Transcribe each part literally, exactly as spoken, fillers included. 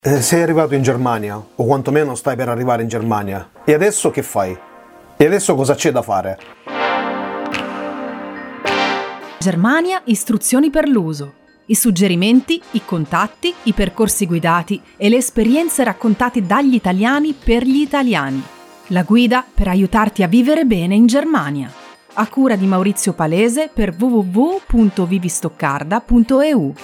Eh, sei arrivato in Germania, o quantomeno stai per arrivare in Germania, e adesso che fai? E adesso cosa c'è da fare? Germania, istruzioni per l'uso. I suggerimenti, i contatti, i percorsi guidati e le esperienze raccontate dagli italiani per gli italiani. La guida per aiutarti a vivere bene in Germania. A cura di Maurizio Palese per w w w punto vivistoccarda punto e u.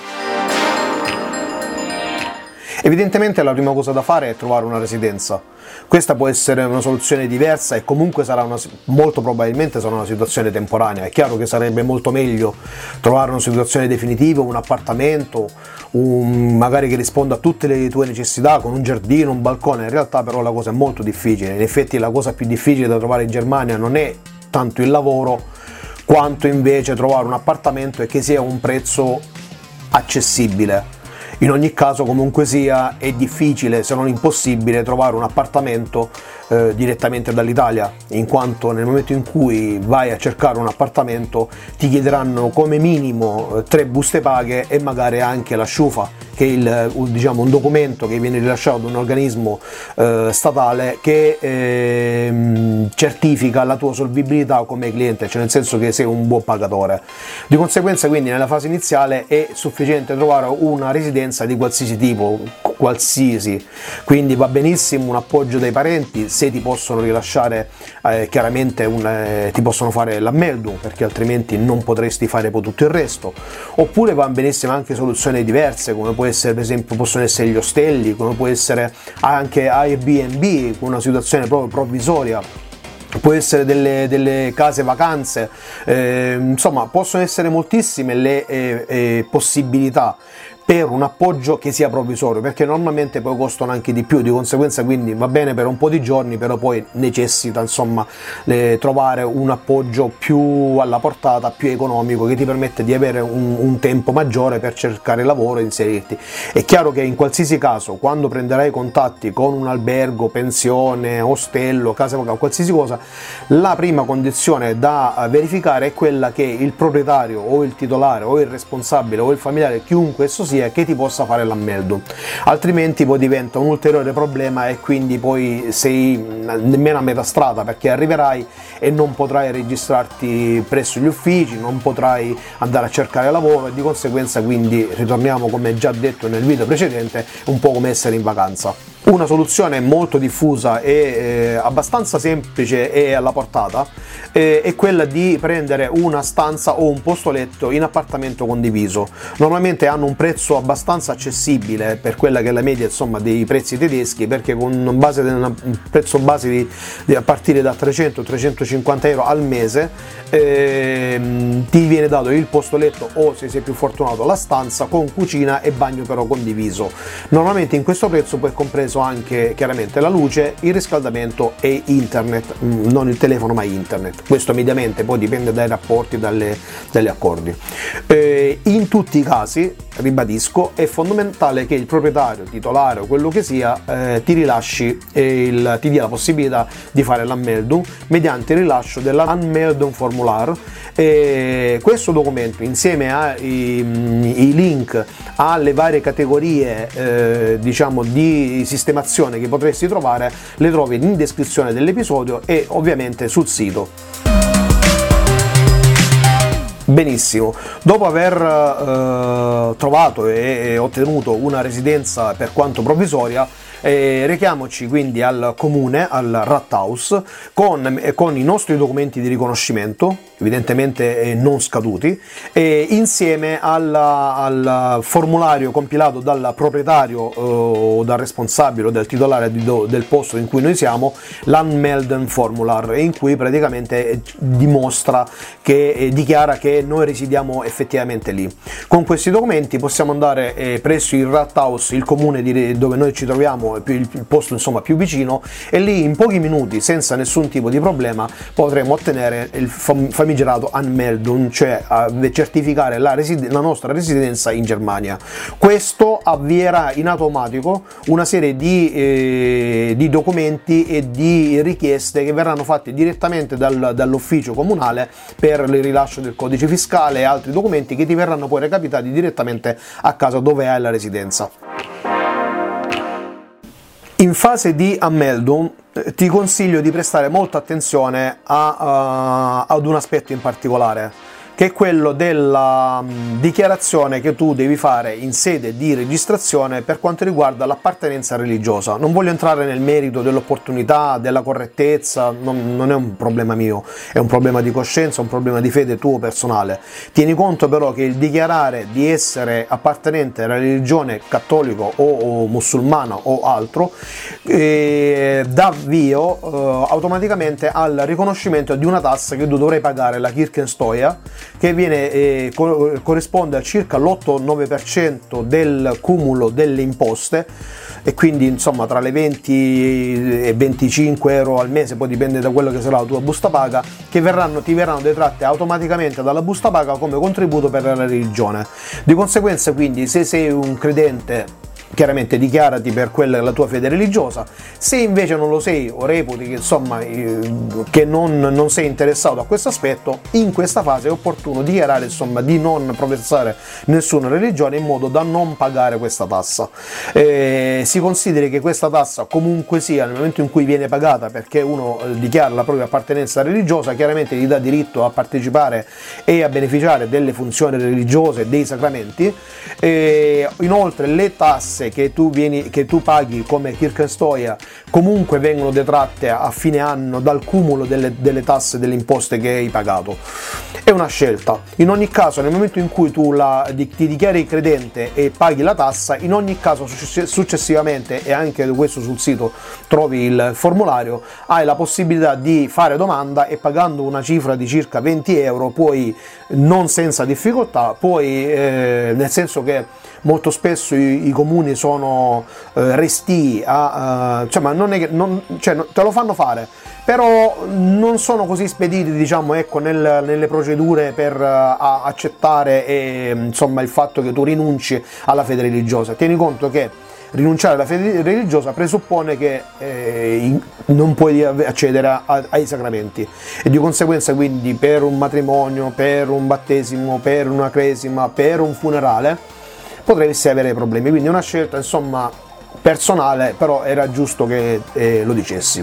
Evidentemente la prima cosa da fare è trovare una residenza. Questa può essere una soluzione diversa e comunque sarà una, molto probabilmente sarà una situazione temporanea. È chiaro che sarebbe molto meglio trovare una situazione definitiva, un appartamento, un, magari che risponda a tutte le tue necessità, con un giardino, un balcone. In realtà però la cosa è molto difficile. In effetti la cosa più difficile da trovare in Germania non è tanto il lavoro, quanto invece trovare un appartamento e che sia un prezzo accessibile. In ogni caso, comunque sia, è difficile, se non impossibile, trovare un appartamento eh, direttamente dall'Italia, in quanto nel momento in cui vai a cercare un appartamento ti chiederanno come minimo eh, tre buste paghe e magari anche la sciufa, che è il, diciamo, un documento che viene rilasciato da un organismo eh, statale che eh, certifica la tua solvibilità come cliente, cioè nel senso che sei un buon pagatore. Di conseguenza, quindi, nella fase iniziale è sufficiente trovare una residenza di qualsiasi tipo, qualsiasi, quindi va benissimo un appoggio dai parenti, se ti possono rilasciare eh, chiaramente un, eh, ti possono fare l'Anmeldung, perché altrimenti non potresti fare poi tutto il resto, oppure va benissimo anche soluzioni diverse, come può essere, per esempio, possono essere gli ostelli, come può essere anche Airbnb, una situazione proprio provvisoria. Può essere delle, delle case vacanze, eh, insomma possono essere moltissime le eh, eh, possibilità per un appoggio che sia provvisorio, perché normalmente poi costano anche di più, di conseguenza quindi va bene per un po' di giorni, però poi necessita insomma le, trovare un appoggio più alla portata, più economico, che ti permette di avere un, un tempo maggiore per cercare lavoro e inserirti. È chiaro che in qualsiasi caso, quando prenderai contatti con un albergo, pensione, ostello, casa, qualsiasi cosa, la prima condizione da verificare è quella che il proprietario o il titolare o il responsabile o il familiare, chiunque esso sia, che ti possa fare l'Anmeldung, altrimenti poi diventa un ulteriore problema e quindi poi sei nemmeno a metà strada, perché arriverai e non potrai registrarti presso gli uffici, non potrai andare a cercare lavoro e di conseguenza quindi ritorniamo, come già detto nel video precedente, un po' come essere in vacanza. Una soluzione molto diffusa e eh, abbastanza semplice e alla portata eh, è quella di prendere una stanza o un posto letto in appartamento condiviso. Normalmente hanno un prezzo abbastanza accessibile per quella che è la media insomma dei prezzi tedeschi, perché con un, base, un prezzo base di, di, a partire da trecento trecentocinquanta euro al mese eh, ti viene dato il posto letto o, se sei più fortunato, la stanza con cucina e bagno però condiviso. Normalmente in questo prezzo poi è compreso anche chiaramente la luce, il riscaldamento e internet, non il telefono ma internet. Questo mediamente poi dipende dai rapporti, dalle, dagli accordi. Eh, in tutti i casi, ribadisco, è fondamentale che il proprietario, titolare o quello che sia eh, ti rilasci eh, il, ti dia la possibilità di fare l'Anmeldung mediante il rilascio dell'Anmeldung Formular. E questo documento, insieme ai link alle varie categorie eh, diciamo di sistemazione che potresti trovare, le trovi in descrizione dell'episodio e ovviamente sul sito. Benissimo, dopo aver eh, trovato e, e ottenuto una residenza per quanto provvisoria, Eh, rechiamoci quindi al comune, al Rathaus, con, eh, con i nostri documenti di riconoscimento, evidentemente eh, non scaduti, e insieme alla, al formulario compilato dal proprietario eh, o dal responsabile o dal titolare di do, del posto in cui noi siamo, l'Anmelden Formular, in cui praticamente eh, dimostra che eh, dichiara che noi risiediamo effettivamente lì. Con questi documenti possiamo andare eh, presso il Rathaus, il comune di, dove noi ci troviamo, il posto insomma più vicino, e lì in pochi minuti, senza nessun tipo di problema, potremo ottenere il famigerato Anmeldung, cioè certificare la, residen- la nostra residenza in Germania. Questo avvierà in automatico una serie di, eh, di documenti e di richieste che verranno fatte direttamente dal, dall'ufficio comunale per il rilascio del codice fiscale e altri documenti che ti verranno poi recapitati direttamente a casa dove hai la residenza. In fase di Ammeldung ti consiglio di prestare molta attenzione a, uh, ad un aspetto in particolare, che è quello della um, dichiarazione che tu devi fare in sede di registrazione per quanto riguarda l'appartenenza religiosa. Non voglio entrare nel merito dell'opportunità, della correttezza, non, non è un problema mio, è un problema di coscienza, un problema di fede tuo personale. Tieni conto però che il dichiarare di essere appartenente alla religione cattolico o, o musulmana o altro eh, dà avvio eh, automaticamente al riconoscimento di una tassa che tu dovrai pagare, la Kirchensteuer, che viene, eh, co- corrisponde a circa l'otto nove per cento del cumulo delle imposte, e quindi insomma tra le venti e venticinque euro al mese, poi dipende da quello che sarà la tua busta paga, che verranno, ti verranno detratte automaticamente dalla busta paga come contributo per la religione. Di conseguenza, quindi, se sei un credente, chiaramente dichiarati per quella la tua fede religiosa. Se invece non lo sei o reputi che insomma eh, che non, non sei interessato a questo aspetto, in questa fase è opportuno dichiarare insomma di non professare nessuna religione, in modo da non pagare questa tassa. Eh, si consideri che questa tassa comunque sia, nel momento in cui viene pagata perché uno eh, dichiara la propria appartenenza religiosa, chiaramente gli dà diritto a partecipare e a beneficiare delle funzioni religiose, dei sacramenti. Eh, inoltre le tasse che tu, vieni, che tu paghi come Kirchensteuer comunque vengono detratte a fine anno dal cumulo delle, delle tasse, delle imposte che hai pagato. È una scelta. In ogni caso, nel momento in cui tu la, ti dichiari credente e paghi la tassa, in ogni caso successivamente, e anche questo sul sito trovi il formulario, hai la possibilità di fare domanda e pagando una cifra di circa venti euro puoi, non senza difficoltà, puoi, eh, nel senso che molto spesso i, i comuni sono eh, restii a, uh, cioè, ma non è che non, cioè, te lo fanno fare, però non sono così spediti, diciamo, ecco, nel, nelle procedure per uh, accettare e, insomma, il fatto che tu rinunci alla fede religiosa. Tieni conto che rinunciare alla fede religiosa presuppone che eh, non puoi accedere a, a, ai sacramenti, e di conseguenza quindi per un matrimonio, per un battesimo, per una cresima, per un funerale potresti avere problemi. Quindi è una scelta insomma personale, però era giusto che eh, lo dicessi.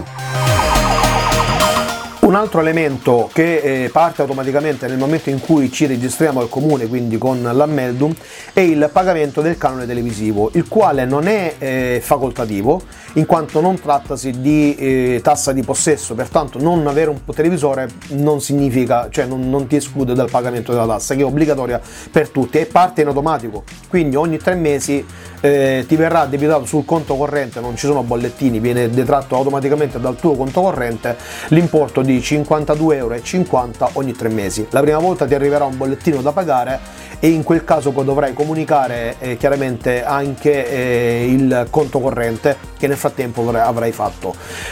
Un altro elemento che eh, parte automaticamente nel momento in cui ci registriamo al comune, quindi con l'Ammeldung, è il pagamento del canone televisivo, il quale non è eh, facoltativo, in quanto non trattasi di eh, tassa di possesso. Pertanto non avere un televisore non significa, cioè non, non ti esclude dal pagamento della tassa, che è obbligatoria per tutti e parte in automatico. Quindi ogni tre mesi eh, ti verrà debitato sul conto corrente, non ci sono bollettini, viene detratto automaticamente dal tuo conto corrente l'importo di cinquantadue euro e cinquanta ogni tre mesi. La prima volta ti arriverà un bollettino da pagare e in quel caso poi dovrai comunicare eh, chiaramente anche eh, il conto corrente che nel frattempo avrai fatto.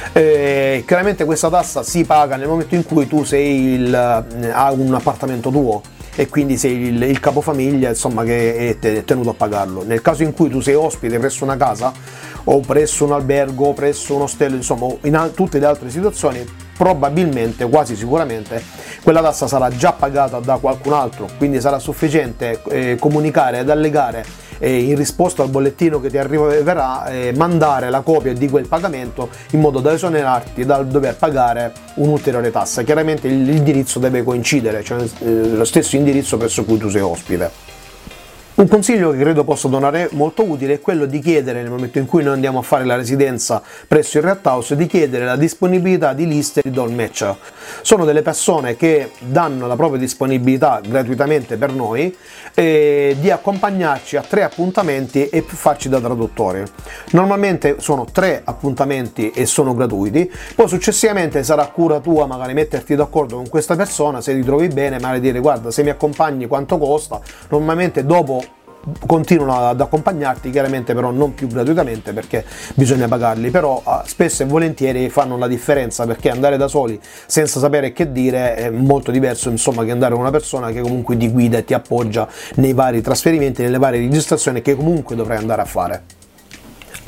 Eh, chiaramente questa tassa si paga nel momento in cui tu sei il, hai un appartamento tuo e quindi sei il, il capofamiglia, insomma, che è tenuto a pagarlo. Nel caso in cui tu sei ospite presso una casa o presso un albergo o presso un ostello, insomma in al- tutte le altre situazioni, probabilmente, quasi sicuramente, quella tassa sarà già pagata da qualcun altro, quindi sarà sufficiente eh, comunicare ed allegare eh, in risposta al bollettino che ti arriverà, eh, mandare la copia di quel pagamento in modo da esonerarti dal dover pagare un'ulteriore tassa. Chiaramente l'indirizzo deve coincidere, cioè eh, lo stesso indirizzo presso cui tu sei ospite. Un consiglio che credo possa donare molto utile è quello di chiedere, nel momento in cui noi andiamo a fare la residenza presso il Rathaus, di chiedere la disponibilità di liste di dolmetscher. Sono delle persone che danno la propria disponibilità gratuitamente per noi eh, di accompagnarci a tre appuntamenti e farci da traduttori. Normalmente sono tre appuntamenti e sono gratuiti, poi successivamente sarà cura tua magari metterti d'accordo con questa persona, se ti trovi bene, magari dire: guarda, se mi accompagni quanto costa. Normalmente dopo continuano ad accompagnarti, chiaramente però non più gratuitamente perché bisogna pagarli, però spesso e volentieri fanno la differenza, perché andare da soli senza sapere che dire è molto diverso, insomma, che andare con una persona che comunque ti guida e ti appoggia nei vari trasferimenti, nelle varie registrazioni che comunque dovrai andare a fare.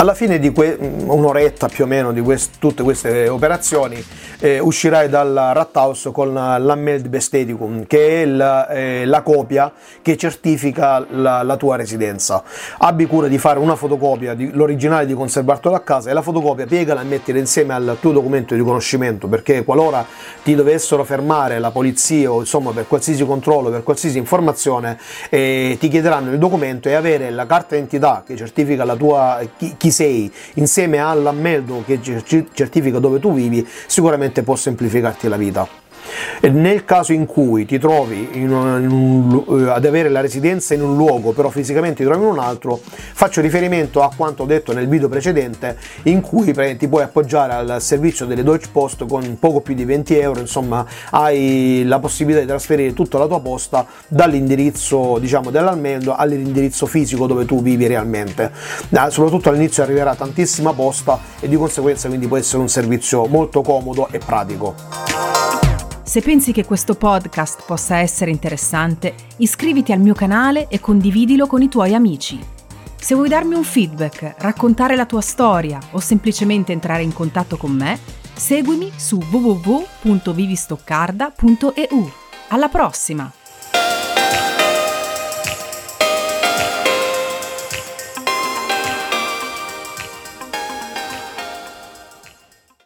Alla fine di que- un'oretta più o meno di quest- tutte queste operazioni eh, uscirai dal Rathaus con l'Anmeldung Bestätigung, che è la, eh, la copia che certifica la, la tua residenza. Abbi cura di fare una fotocopia, di, l'originale di conservartelo a casa, e la fotocopia piegala e mettila insieme al tuo documento di riconoscimento, perché qualora ti dovessero fermare la polizia o insomma per qualsiasi controllo, per qualsiasi informazione, eh, ti chiederanno il documento, e avere la carta d'identità che certifica la tua chi, chi sei insieme all'Anmeldung che certifica dove tu vivi sicuramente può semplificarti la vita. E nel caso in cui ti trovi in un, in un, ad avere la residenza in un luogo però fisicamente ti trovi in un altro, faccio riferimento a quanto ho detto nel video precedente, in cui ti puoi appoggiare al servizio delle Deutsche Post con poco più di venti euro, insomma hai la possibilità di trasferire tutta la tua posta dall'indirizzo, diciamo, dell'Anmeldung all'indirizzo fisico dove tu vivi realmente. Soprattutto all'inizio arriverà tantissima posta e di conseguenza quindi può essere un servizio molto comodo e pratico. Se pensi che questo podcast possa essere interessante, iscriviti al mio canale e condividilo con i tuoi amici. Se vuoi darmi un feedback, raccontare la tua storia o semplicemente entrare in contatto con me, seguimi su w w w punto vivistoccarda punto e u. Alla prossima!